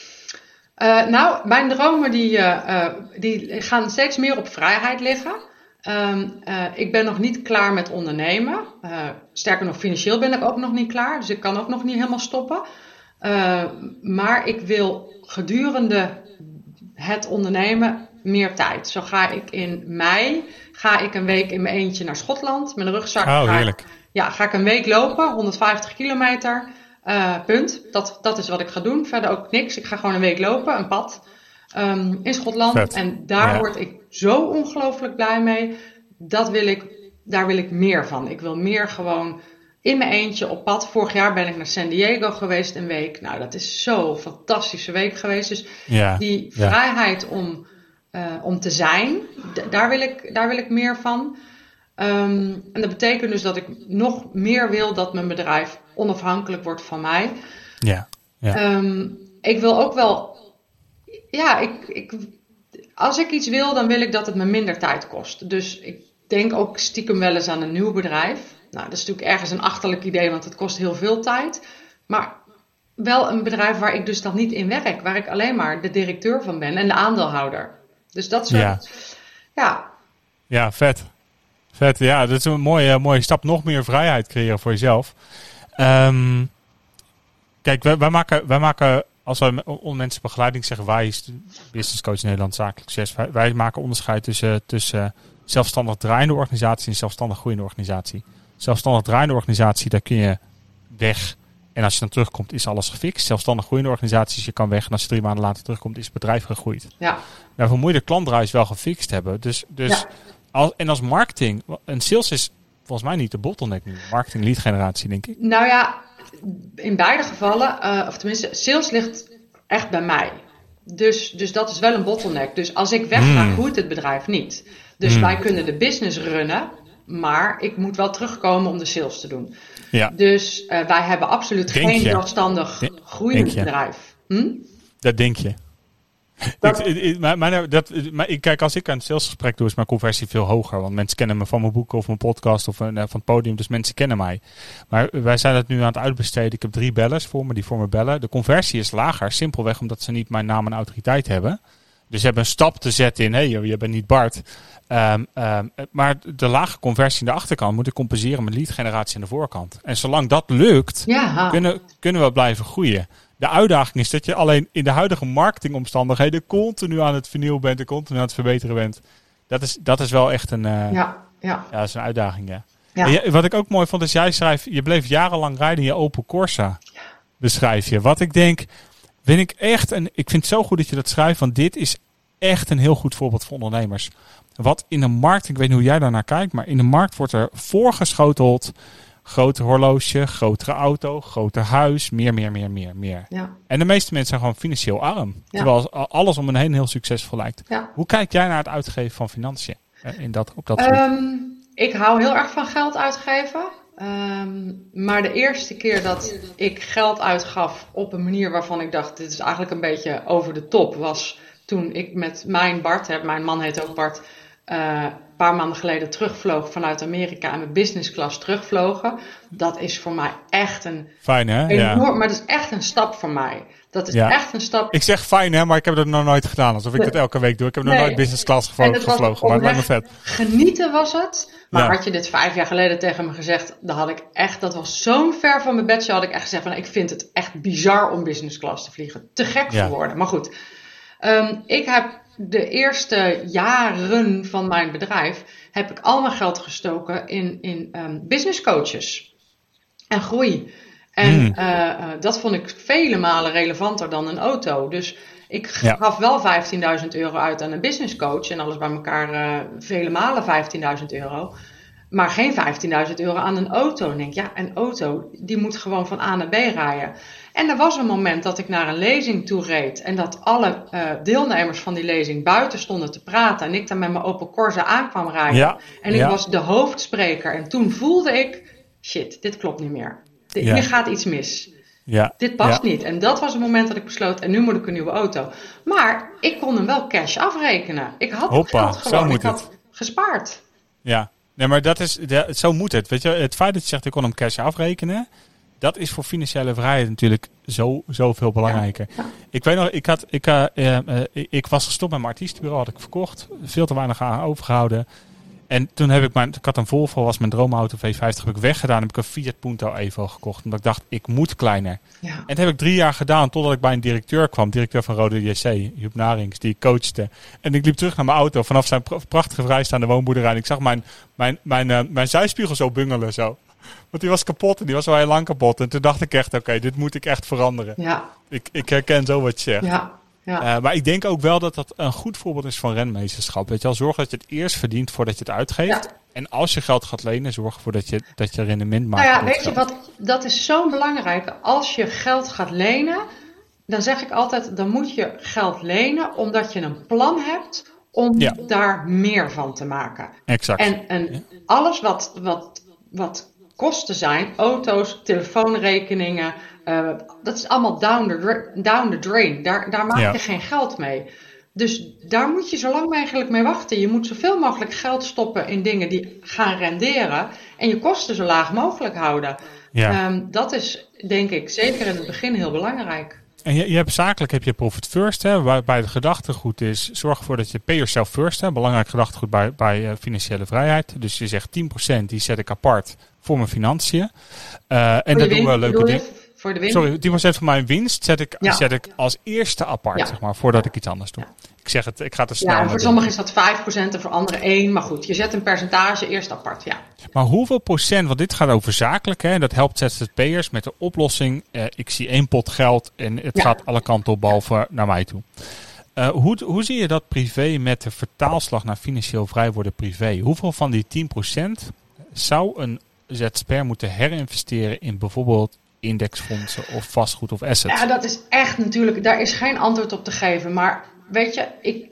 Mijn dromen die gaan steeds meer op vrijheid liggen. Ik ben nog niet klaar met ondernemen. Sterker nog, financieel ben ik ook nog niet klaar. Dus ik kan ook nog niet helemaal stoppen. Maar ik wil gedurende het ondernemen meer tijd. Zo ga ik in mei een week in mijn eentje naar Schotland met een rugzak. Ga ik een week lopen, 150 kilometer. Punt. Dat is wat ik ga doen. Verder ook niks. Ik ga gewoon een week lopen, een pad in Schotland. Vet. En daar word ik zo ongelooflijk blij mee. Daar wil ik meer van. Ik wil meer gewoon in mijn eentje op pad. Vorig jaar ben ik naar San Diego geweest een week. Nou, dat is zo'n fantastische week geweest. Dus die vrijheid om te zijn, daar wil ik meer van. En dat betekent dus dat ik nog meer wil dat mijn bedrijf onafhankelijk wordt van mij. Ik wil ook wel... als ik iets wil, dan wil ik dat het me minder tijd kost. Dus ik denk ook stiekem wel eens aan een nieuw bedrijf. Nou, dat is natuurlijk ergens een achterlijk idee, want het kost heel veel tijd. Maar wel een bedrijf waar ik dus dan niet in werk. Waar ik alleen maar de directeur van ben en de aandeelhouder. Dus dat soort... Ja, vet. Vet, ja. Dat is een mooie stap. Nog meer vrijheid creëren voor jezelf. Kijk, wij maken... Als wij mensen begeleiding zeggen, wij, Business Coach Nederland, zakelijk succes, wij maken onderscheid tussen zelfstandig draaiende organisatie en zelfstandig groeiende organisatie. Zelfstandig draaiende organisatie, daar kun je weg. En als je dan terugkomt, is alles gefixt. Zelfstandig groeiende organisaties, je kan weg. En als je 3 maanden later terugkomt, is het bedrijf gegroeid. Ja. Daarvoor moet je de klantreis wel gefixt hebben. Als marketing, en sales is volgens mij niet de bottleneck nu. Marketing lead generatie, denk ik. Nou ja, in beide gevallen, of tenminste, sales ligt echt bij mij. Dus dat is wel een bottleneck. Dus als ik wegga, groeit het bedrijf niet. Dus wij kunnen de business runnen, maar ik moet wel terugkomen om de sales te doen. Ja. Dus wij hebben absoluut geen zelfstandig groeiend bedrijf. Dat denk je. Kijk, als ik een salesgesprek doe, is mijn conversie veel hoger. Want mensen kennen me van mijn boeken of mijn podcast of van het podium. Dus mensen kennen mij. Maar wij zijn het nu aan het uitbesteden. Ik heb 3 bellers voor me die voor me bellen. De conversie is lager. Simpelweg omdat ze niet mijn naam en autoriteit hebben. Dus ze hebben een stap te zetten in, je bent niet Bart. Maar de lage conversie aan de achterkant moet ik compenseren met leadgeneratie aan de voorkant. En zolang dat lukt, kunnen we blijven groeien. De uitdaging is dat je alleen in de huidige marketingomstandigheden continu aan het vernieuwen bent en continu aan het verbeteren bent. Dat is wel echt een, dat is een uitdaging, ja. En wat ik ook mooi vond is, jij schrijft, je bleef jarenlang rijden in je Opel Corsa. Ja. Beschrijf je. Wat ik denk, ik vind het zo goed dat je dat schrijft, want dit is echt een heel goed voorbeeld voor ondernemers. Wat in de markt, ik weet niet hoe jij daarnaar kijkt, maar in de markt wordt er voorgeschoteld. Groter horloge, grotere auto, groter huis, meer. Ja. En de meeste mensen zijn gewoon financieel arm. Ja. Terwijl alles om hen heen heel succesvol lijkt. Ja. Hoe kijk jij naar het uitgeven van financiën op dat gebied? Ik hou heel erg van geld uitgeven. Maar de eerste keer dat ik geld uitgaf op een manier waarvan ik dacht, dit is eigenlijk een beetje over de top, was toen ik met mijn Bart, mijn man heet ook Bart, een paar maanden geleden terugvloog vanuit Amerika en met business class terugvlogen. Dat is voor mij echt een... Fijn, hè? Enorm, maar dat is echt een stap voor mij. Dat is echt een stap... Ik zeg fijn, hè, maar ik heb dat nog nooit gedaan. Alsof ik dat elke week doe. Ik heb nog nooit business class gevlogen, maar het lijkt me vet. Genieten was het. Maar had je dit 5 jaar geleden tegen me gezegd, dan had ik echt... Dat was zo'n ver van mijn bedshow, had ik echt gezegd van, ik vind het echt bizar om business class te vliegen. Te gek voor woorden. Maar goed, ik heb... De eerste jaren van mijn bedrijf heb ik al mijn geld gestoken in business coaches en groei. En dat vond ik vele malen relevanter dan een auto. Dus ik gaf wel €15.000 uit aan een business coach en alles bij elkaar vele malen €15.000. Maar geen €15.000 aan een auto. En denk een auto die moet gewoon van A naar B rijden. En er was een moment dat ik naar een lezing toe reed en dat alle deelnemers van die lezing buiten stonden te praten en ik dan met mijn Opel Corsa aankwam rijden. En ik was de hoofdspreker en toen voelde ik, shit, dit klopt niet meer. Hier gaat iets mis. Ja. Dit past niet. En dat was het moment dat ik besloot, en nu moet ik een nieuwe auto. Maar ik kon hem wel cash afrekenen. Ik had het geld gewoon, ik had gespaard. Ja, nee, maar zo moet het. Weet je, het feit dat je zegt, ik kon hem cash afrekenen, dat is voor financiële vrijheid natuurlijk zoveel belangrijker. Ja. Ik weet nog, ik was gestopt met mijn artiestenbureau, had ik verkocht. Veel te weinig aan overgehouden. En toen heb ik had een Volvo, was mijn droomauto V50, heb ik weggedaan. Heb ik een Fiat Punto Evo gekocht. Omdat ik dacht, ik moet kleiner. Ja. En dat heb ik 3 jaar gedaan, totdat ik bij een directeur kwam. Directeur van Rode JC, Joep Narings, die ik coachte. En ik liep terug naar mijn auto vanaf zijn prachtige vrijstaande woonboerderij. En ik zag mijn zijspiegel zo bungelen zo. Want die was kapot en die was al heel lang kapot. En toen dacht ik echt, oké, dit moet ik echt veranderen. Ja. Ik herken zo wat je zegt. Ja. Ja. Maar ik denk ook wel dat dat een goed voorbeeld is van renmeesterschap. Weet je wel, zorg dat je het eerst verdient voordat je het uitgeeft. Ja. En als je geld gaat lenen, zorg ervoor dat je rendement maakt. Nou ja, weet je wat, dat is zo belangrijk. Als je geld gaat lenen, dan zeg ik altijd, dan moet je geld lenen omdat je een plan hebt om daar meer van te maken. Exact. En alles wat kosten zijn, auto's, telefoonrekeningen, dat is allemaal down the drain. Daar maak je geen geld mee. Dus daar moet je zo lang mogelijk mee wachten. Je moet zoveel mogelijk geld stoppen in dingen die gaan renderen en je kosten zo laag mogelijk houden. Ja. Dat is, denk ik, zeker in het begin heel belangrijk. En je hebt zakelijk heb je profit first, hè, waarbij het gedachtegoed is, zorg ervoor dat je pay yourself first hebt. Belangrijk gedachtegoed bij financiële vrijheid. Dus je zegt 10% die zet ik apart voor mijn financiën. En dat doen we leuke dingen. Voor de winst? Sorry, 10% van mijn winst zet ik als eerste apart, zeg maar, voordat ik iets anders doe. Ja. Ik zeg het, ik ga te snel. Ja, voor sommigen is dat 5% en voor anderen 1%. Maar goed, je zet een percentage eerst apart, ja. Maar hoeveel procent, want dit gaat over zakelijk, hè, dat helpt ZZP'ers met de oplossing. Ik zie 1 pot geld en het gaat alle kanten op, behalve naar mij toe. Hoe zie je dat privé met de vertaalslag naar financieel vrij worden privé? Hoeveel van die 10% zou een ZZP'er moeten herinvesteren in bijvoorbeeld indexfondsen of vastgoed of assets? Ja, dat is echt natuurlijk, daar is geen antwoord op te geven. Maar weet je,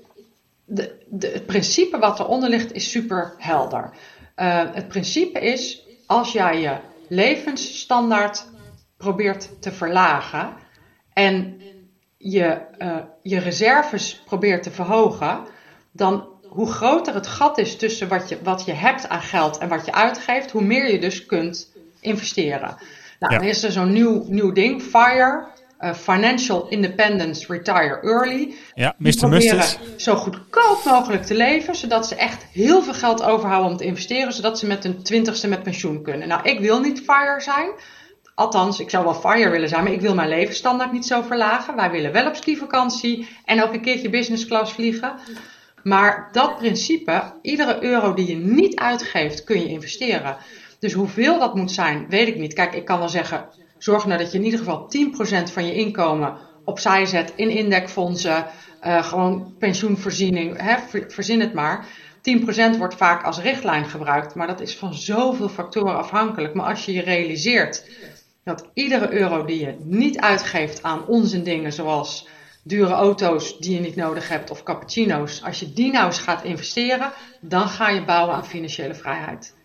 het principe wat eronder ligt is super helder. Het principe is, als jij je levensstandaard probeert te verlagen en je reserves probeert te verhogen, dan hoe groter het gat is tussen wat je hebt aan geld en wat je uitgeeft, hoe meer je dus kunt investeren. Nou, dan is er zo'n nieuw ding, FIRE, Financial Independence Retire Early. Ja, die proberen zo goedkoop mogelijk te leven, zodat ze echt heel veel geld overhouden om te investeren, zodat ze met hun 20ste met pensioen kunnen. Nou, ik wil niet FIRE zijn. Althans, ik zou wel FIRE willen zijn, maar ik wil mijn levensstandaard niet zo verlagen. Wij willen wel op skivakantie en ook een keertje business class vliegen. Maar dat principe, iedere euro die je niet uitgeeft, kun je investeren. Dus hoeveel dat moet zijn, weet ik niet. Kijk, ik kan wel zeggen, zorg nou dat je in ieder geval 10% van je inkomen opzij zet in indexfondsen, gewoon pensioenvoorziening, verzin het maar. 10% wordt vaak als richtlijn gebruikt, maar dat is van zoveel factoren afhankelijk. Maar als je realiseert dat iedere euro die je niet uitgeeft aan onzindingen zoals dure auto's die je niet nodig hebt of cappuccino's, als je die nou eens gaat investeren, dan ga je bouwen aan financiële vrijheid.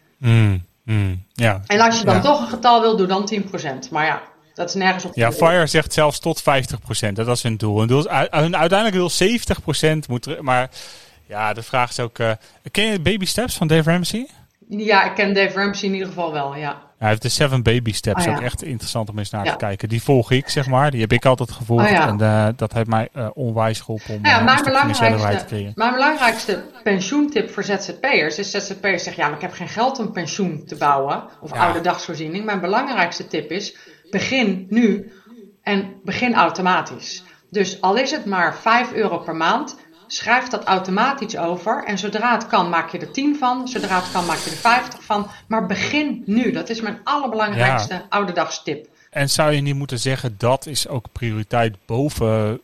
Ja. En als je dan toch een getal wil, doe dan 10%. Maar ja, dat is nergens op. Ja, FIRE zegt zelfs tot 50%. Dat is hun doel. Hun doel is uiteindelijk wil 70% moet. Maar ja, de vraag is ook, ken je Baby Steps van Dave Ramsey? Ja, ik ken Dave Ramsey in ieder geval wel, ja. Hij heeft de 7 Baby Steps, ook echt interessant om eens naar te kijken. Die volg ik, zeg maar. Die heb ik altijd gevolgd. En dat heeft mij onwijs geholpen om financiële vrijheid te creëren. Mijn belangrijkste pensioentip voor ZZP'ers is ZZP'ers zeggen, ja, maar ik heb geen geld om pensioen te bouwen. Of oude dagsvoorziening. Mijn belangrijkste tip is, begin nu en begin automatisch. Dus al is het maar €5 per maand, schrijf dat automatisch over en zodra het kan maak je er 10 van, zodra het kan maak je er 50 van. Maar begin nu, dat is mijn allerbelangrijkste ouderdags-tip. En zou je niet moeten zeggen, dat is ook prioriteit boven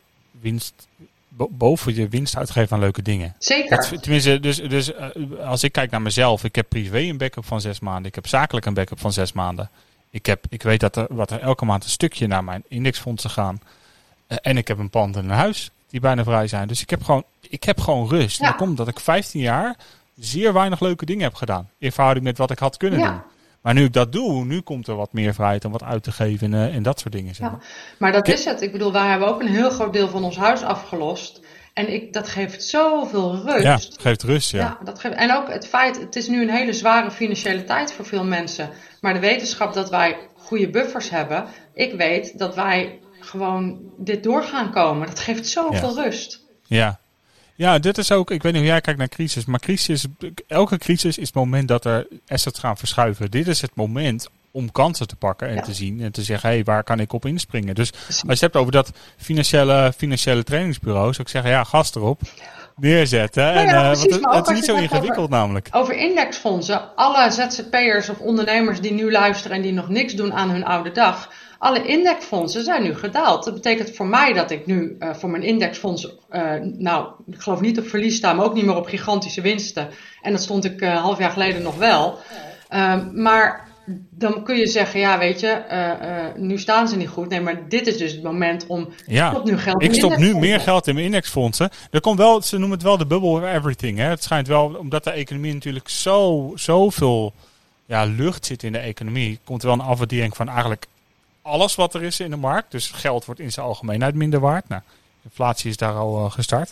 je winst uitgeven aan leuke dingen? Zeker. Tenminste, dus als ik kijk naar mezelf, ik heb privé een backup van 6 maanden, ik heb zakelijk een backup van 6 maanden. Ik weet dat er elke maand een stukje naar mijn indexfondsen gaan. En ik heb een pand en een huis die bijna vrij zijn. Dus ik heb gewoon rust. Ja. Dat komt omdat ik 15 jaar zeer weinig leuke dingen heb gedaan. In verhouding met wat ik had kunnen doen. Maar nu ik dat doe, nu komt er wat meer vrijheid om wat uit te geven en dat soort dingen. Zeg maar. Maar dat is het. Ik bedoel, wij hebben ook een heel groot deel van ons huis afgelost. En dat geeft zoveel rust. Ja, het geeft rust, en ook het feit, het is nu een hele zware financiële tijd voor veel mensen. Maar de wetenschap dat wij goede buffers hebben. Ik weet dat wij gewoon dit door gaan komen. Dat geeft zoveel rust. Ja, dit is ook, ik weet niet hoe jij kijkt naar crisis, maar elke crisis is het moment dat er assets gaan verschuiven. Dit is het moment om kansen te pakken en te zien en te zeggen, hey, waar kan ik op inspringen? Dus als je het hebt over dat financiële trainingsbureau, zou ik zeggen, gas erop, neerzetten. Het is niet zo ingewikkeld namelijk. Over indexfondsen, alle ZZP'ers of ondernemers die nu luisteren en die nog niks doen aan hun oude dag, alle indexfondsen zijn nu gedaald. Dat betekent voor mij dat ik nu voor mijn indexfonds, ik geloof niet op verlies sta, maar ook niet meer op gigantische winsten. En dat stond ik half jaar geleden nog wel. Maar dan kun je zeggen, nu staan ze niet goed. Nee, maar dit is dus het moment om ik stop nu meer geld in mijn indexfondsen. Er komt wel, ze noemen het wel de bubble of everything. Hè? Het schijnt wel, omdat de economie natuurlijk zoveel lucht zit in de economie, komt er wel een afwaardering van eigenlijk alles wat er is in de markt. Dus geld wordt in zijn algemeenheid minder waard. Nou, inflatie is daar al gestart.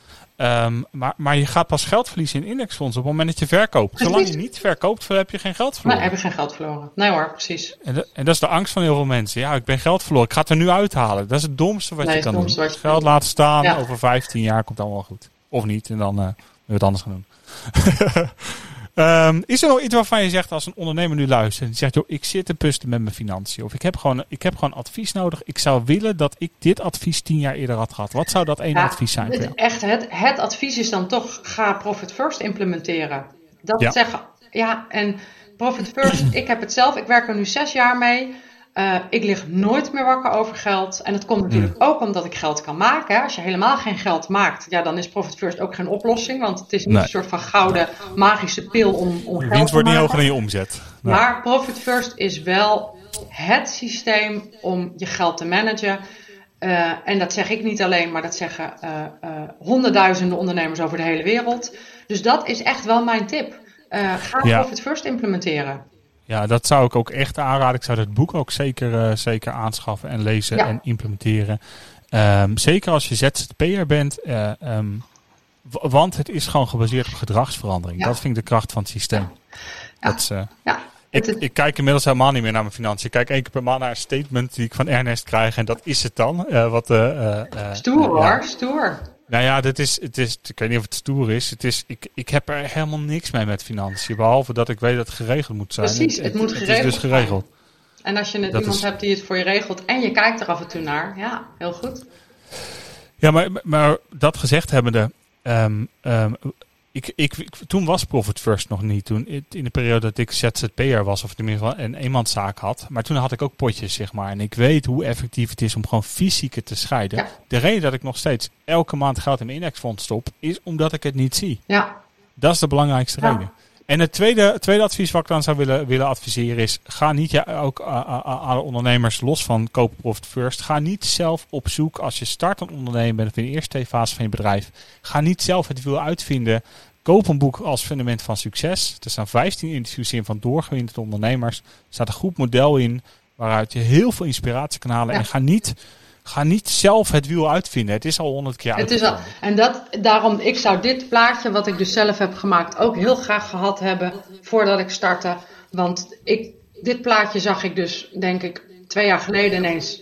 Maar je gaat pas geld verliezen in indexfondsen op het moment dat je verkoopt. Precies. Zolang je niet verkoopt, heb je geen geld verloren. Nee, heb je geen geld verloren. Nee hoor, precies. En dat is de angst van heel veel mensen. Ja, ik ben geld verloren. Ik ga het er nu uithalen. Dat is het domste wat je kan doen. Geld laten staan. Over 15 jaar komt het allemaal goed. Of niet. En dan we het anders gaan doen. Is er nog iets waarvan je zegt als een ondernemer nu luistert en die zegt, joh, ik zit te puzzelen met mijn financiën of ik heb gewoon advies nodig. Ik zou willen dat ik dit advies 10 jaar eerder had gehad. Wat zou dat ene advies zijn? Het advies is dan toch, ga Profit First implementeren. Dat zeggen, en Profit First, ik heb het zelf, ik werk er nu 6 jaar mee. Ik lig nooit meer wakker over geld. En dat komt natuurlijk ook omdat ik geld kan maken. Hè. Als je helemaal geen geld maakt, dan is Profit First ook geen oplossing. Want het is niet een soort van gouden magische pil om geld te maken. Winst wordt niet hoger dan je omzet. Nee. Maar Profit First is wel het systeem om je geld te managen. En dat zeg ik niet alleen, maar dat zeggen honderdduizenden ondernemers over de hele wereld. Dus dat is echt wel mijn tip. Ga Profit First implementeren. Ja, dat zou ik ook echt aanraden. Ik zou dat boek ook zeker aanschaffen en lezen en implementeren. Zeker als je ZZP'er bent. Want het is gewoon gebaseerd op gedragsverandering. Ja. Dat vind ik de kracht van het systeem. Ja. Ik kijk inmiddels helemaal niet meer naar mijn financiën. Ik kijk 1 keer per maand naar een statement die ik van Ernest krijg. En dat is het dan. Stoer hoor, stoer. Nou ja, het is, ik weet niet of het stoer is. Ik heb er helemaal niks mee met financiën. Behalve dat ik weet dat het geregeld moet zijn. Precies, het moet geregeld zijn. Het is dus geregeld. En als je iemand hebt die het voor je regelt en je kijkt er af en toe naar. Ja, heel goed. Ja, maar dat gezegd hebbende... toen was Profit First nog niet. Toen in de periode dat ik ZZP'er was, of tenminste een eenmanszaak had. Maar toen had ik ook potjes, zeg maar. En ik weet hoe effectief het is om gewoon fysieke te scheiden. Ja. De reden dat ik nog steeds elke maand geld in mijn indexfonds stop, is omdat ik het niet zie. Ja. Dat is de belangrijkste reden. En het tweede advies wat ik dan zou willen adviseren is, ga niet ook aan de ondernemers los van kopen Profit First. Ga niet zelf op zoek als je start een ondernemer bent of in de eerste fase van je bedrijf. Ga niet zelf het wiel uitvinden. Koop een boek als fundament van succes. Er staan 15 interviews in van doorgewinterde ondernemers. Er staat een goed model in waaruit je heel veel inspiratie kan halen. Ja. En ga niet zelf het wiel uitvinden. Het is al 100 keer uitgevonden. Daarom, ik zou dit plaatje wat ik dus zelf heb gemaakt ook heel graag gehad hebben voordat ik startte. Want dit plaatje zag ik dus, denk ik, 2 jaar geleden ineens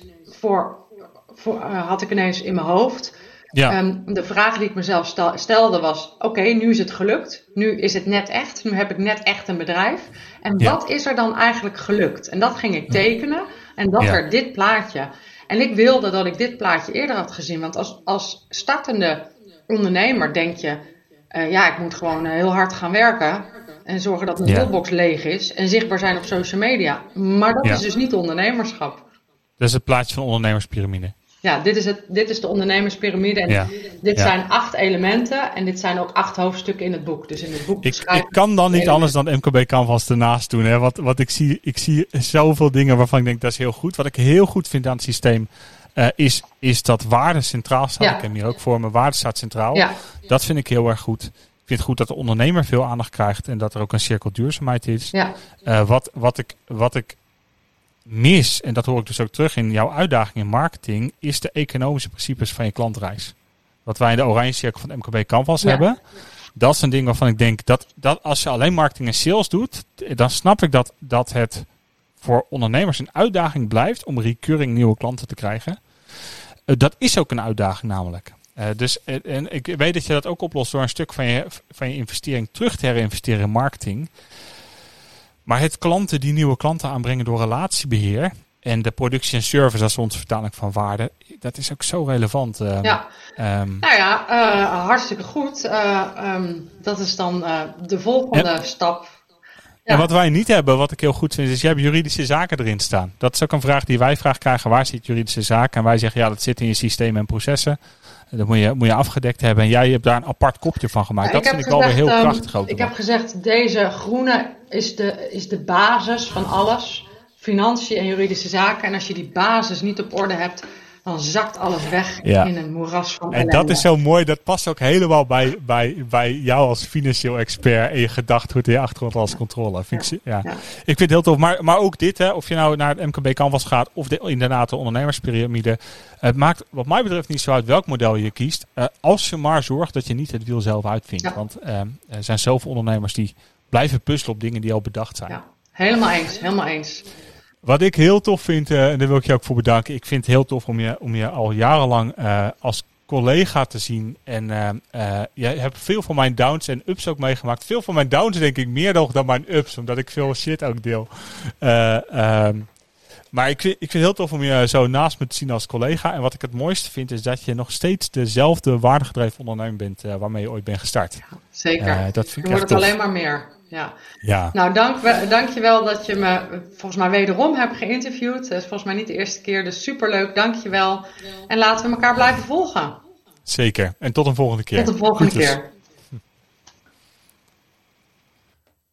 had ik ineens in mijn hoofd. Ja. De vraag die ik mezelf stelde was, oké, nu is het gelukt. Nu is het net echt. Nu heb ik net echt een bedrijf. En wat is er dan eigenlijk gelukt? En dat ging ik tekenen. En dat werd dit plaatje. En ik wilde dat ik dit plaatje eerder had gezien. Want als startende ondernemer denk je, ik moet gewoon heel hard gaan werken. En zorgen dat mijn mailbox leeg is. En zichtbaar zijn op social media. Maar dat is dus niet ondernemerschap. Dat is het plaatje van de ondernemerspyramide. Ja, dit is de ondernemerspyramide. En dit zijn 8 elementen. En dit zijn ook 8 hoofdstukken in het boek. Dus in het boek ik kan dan niet anders dan MKB Canvas ernaast doen. Hè? Want ik zie zoveel dingen waarvan ik denk dat is heel goed. Wat ik heel goed vind aan het systeem is dat waarde centraal staat. Ik heb hier ook voor me. Waarde staat centraal. Ja. Dat vind ik heel erg goed. Ik vind het goed dat de ondernemer veel aandacht krijgt. En dat er ook een cirkel duurzaamheid is. Ja. Wat ik mis, en dat hoor ik dus ook terug in jouw uitdaging in marketing, is de economische principes van je klantreis. Wat wij in de oranje cirkel van MKB Canvas hebben. Dat is een ding waarvan ik denk dat als je alleen marketing en sales doet, dan snap ik dat het voor ondernemers een uitdaging blijft om recurring nieuwe klanten te krijgen. Dat is ook een uitdaging namelijk. En ik weet dat je dat ook oplost door een stuk van je investering terug te herinvesteren in marketing. Maar het klanten die nieuwe klanten aanbrengen door relatiebeheer en de productie en service als onze vertaling van waarde, dat is ook zo relevant. Hartstikke goed. Dat is dan de volgende stap. Ja. En wat wij niet hebben, wat ik heel goed vind, is je hebt juridische zaken erin staan. Dat is ook een vraag die wij krijgen. Waar zit juridische zaken? En wij zeggen, dat zit in je systemen en processen. Dat moet je afgedekt hebben. En jij hebt daar een apart kopje van gemaakt. Dat vind ik wel weer heel krachtig ook. Ik heb gezegd, deze groene is de basis van alles. Financiën en juridische zaken. En als je die basis niet op orde hebt, dan zakt alles weg in een moeras van ellende. En dat is zo mooi. Dat past ook helemaal bij jou als financieel expert en je gedachtegoed en je achtergrond als controle. Ik vind het heel tof. Maar ook dit, hè, of je nou naar het MKB Canvas gaat of inderdaad de ondernemerspyramide. Het maakt wat mij betreft niet zo uit welk model je kiest. Als je maar zorgt dat je niet het wiel zelf uitvindt. Ja. Want er zijn zoveel ondernemers die blijven puzzelen op dingen die al bedacht zijn. Ja, helemaal eens. Wat ik heel tof vind, en daar wil ik je ook voor bedanken. Ik vind het heel tof om je al jarenlang als collega te zien. En je hebt veel van mijn downs en ups ook meegemaakt. Veel van mijn downs denk ik meer nog dan mijn ups, omdat ik veel shit ook deel. Maar ik vind het heel tof om je zo naast me te zien als collega. En wat ik het mooiste vind is dat je nog steeds dezelfde waardegedreven ondernemer bent waarmee je ooit bent gestart. Ja, zeker. Dat vind ik wordt echt het tof. alleen maar meer. Ja. Nou, dank je wel dat je me volgens mij wederom hebt geïnterviewd. Het is volgens mij niet de eerste keer, dus superleuk. Dank je wel. En laten we elkaar blijven volgen. Zeker. En tot een volgende keer. Tot de volgende keer.